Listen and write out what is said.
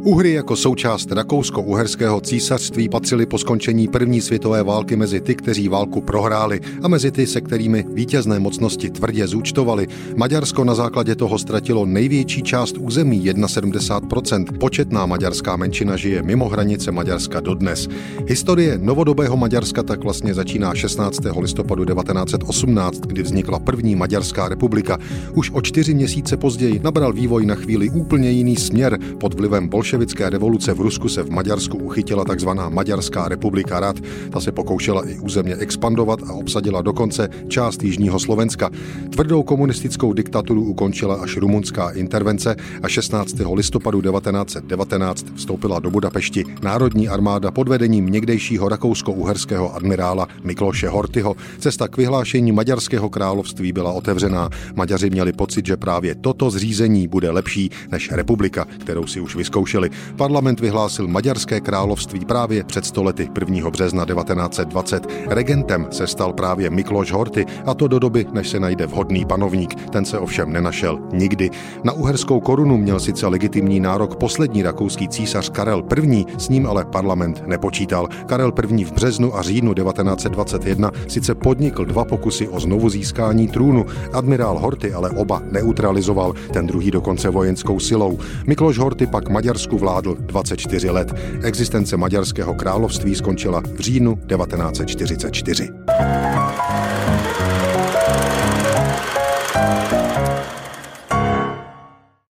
Uhry jako součást rakousko-uherského císařství patřili po skončení první světové války mezi ty, kteří válku prohráli, a mezi ty, se kterými vítězné mocnosti tvrdě zúčtovali. Maďarsko na základě toho ztratilo největší část území, 71%. Početná maďarská menšina žije mimo hranice Maďarska dodnes. Historie novodobého Maďarska tak vlastně začíná 16. listopadu 1918, kdy vznikla první Maďarská republika. Už o 4 měsíce později nabral vývoj na chvíli úplně jiný směr. Pod vlivem bolševické revoluce v Rusku se v Maďarsku uchytila takzvaná Maďarská republika rad. Ta se pokoušela i územně expandovat a obsadila dokonce část jižního Slovenska. Tvrdou komunistickou diktaturu ukončila až rumunská intervence a 16. listopadu 1919 vstoupila do Budapešti národní armáda pod vedením někdejšího rakousko-uherského admirála Mikloše Horthyho. Cesta k vyhlášení Maďarského království byla otevřená. Maďaři měli pocit, že právě toto zřízení bude lepší než republika, kterou si už vyzkoušeli. Parlament vyhlásil Maďarské království právě před 100 lety 1. března 1920. Regentem se stal právě Mikloš Horthy, a to do doby, než se najde vhodný panovník. Ten se ovšem nenašel nikdy. Na uherskou korunu měl sice legitimní nárok poslední rakouský císař Karel I., s ním ale parlament nepočítal. Karel I. v březnu a říjnu 1921 sice podnikl 2 pokusy o znovu získání trůnu. Admirál Horthy ale oba neutralizoval, ten druhý dokonce vojenskou silou. Mikloš Horthy pak Maďarsku vládl 24 let. Existence Maďarského království skončila v říjnu 1944.